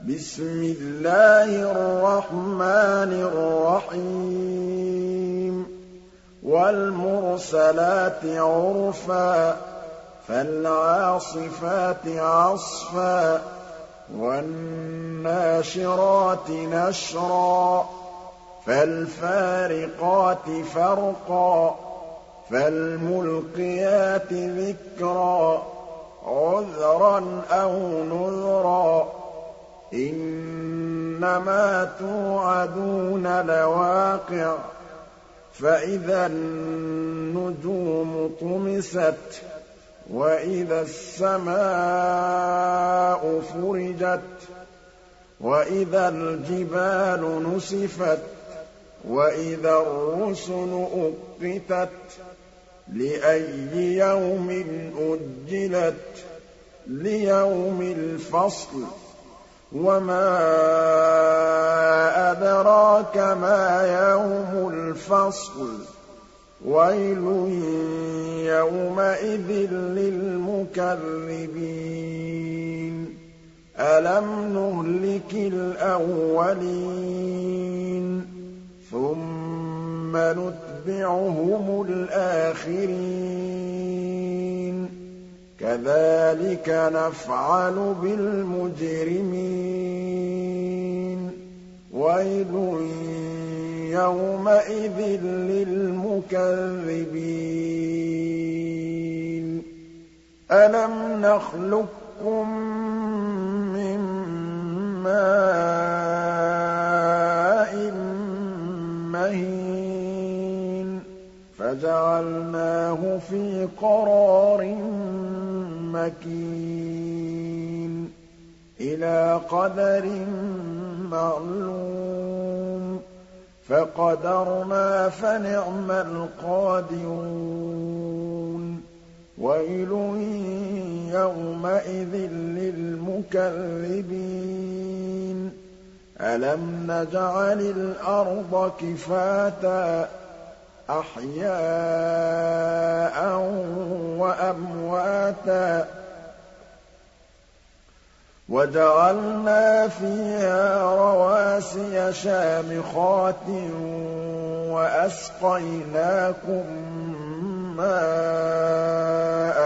بسم الله الرحمن الرحيم والمرسلات عرفا فالعاصفات عصفا والناشرات نشرا فالفارقات فرقا فالملقيات ذكرا عذرا أو نذرا إنما توعدون لواقع فإذا النجوم طمست وإذا السماء فرجت وإذا الجبال نسفت وإذا الرسل أقتت لأي يوم أجلت ليوم الفصل وما أدراك ما يوم الفصل ويل يومئذ للمكذبين ألم نهلك الأولين ثم نتبعهم الآخرين كذلك نفعل بالمجرمين ويل يومئذ للمكذبين ألم نخلقكم من ماء مهين فجعلناه في قرار مكين إلى قدر معلوم فقدرنا فنعم القادرون ويل يومئذ للمكذبين ألم نجعل الأرض كفاتا أحياء وأمواتا وجعلنا فيها رواسي شامخات وأسقيناكم ماء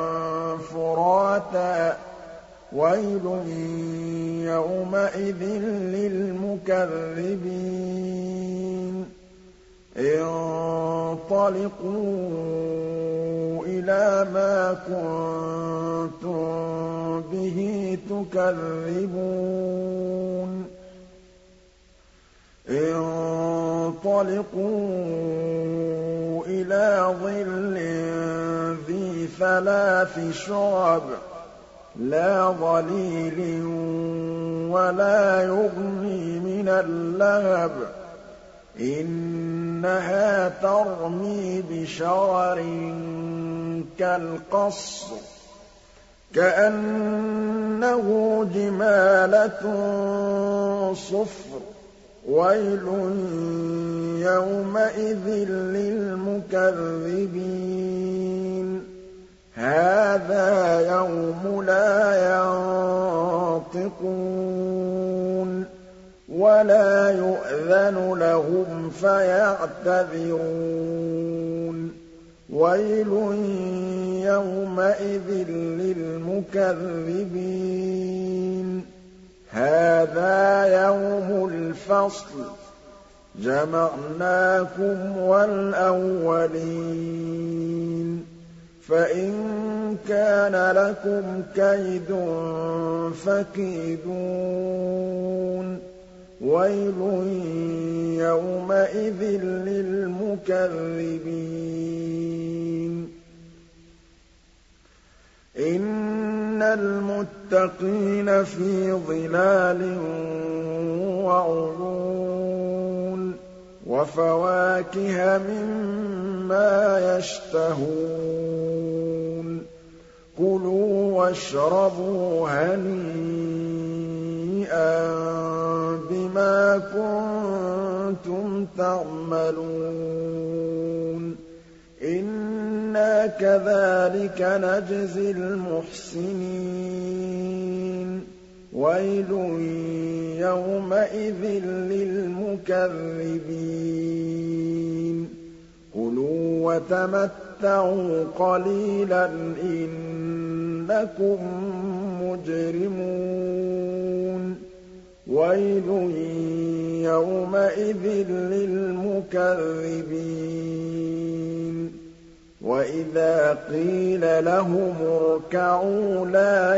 فراتا ويل يومئذ للمكذبين انطلقوا إلى ما كنتم به تكذبون انطلقوا إلى ظل ذي ثلاث شعب لا ظليل ولا يغني من اللهب إنها ترمي بشرر كالقصر كأنه جمالة صفر ويل يومئذ للمكذبين هذا يوم لا ينطقون ولا يؤذن لهم فيعتذرون ويل يومئذ للمكذبين هذا يوم الفصل جمعناكم والأولين فإن كان لكم كيد فكيدون ويل يومئذ للمكذبين إن المتقين في ظلال وعيون وفواكه مما يشتهون كلوا واشربوا هنيئا بما كنتم تعملون إنا كذلك نجزي المحسنين وَيْلٌ يَوْمَئِذٍ لِّلْمُكَذِّبِينَ كُلُوا وَتَمَتَّعُوا قَلِيلًا إِنَّكُم مُّجْرِمُونَ وَيْلٌ يَوْمَئِذٍ لِّلْمُكَذِّبِينَ وَإِذَا قِيلَ لَهُمُ ارْكَعُوا لَا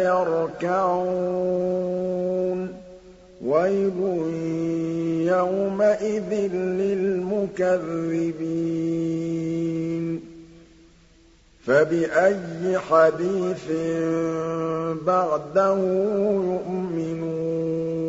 يَرْكَعُونَ وَيْلٌ يَوْمَئِذٍ لِّلْمُكَذِّبِينَ فَبِأَيِّ حَدِيثٍ بَعْدَهُ يُؤْمِنُونَ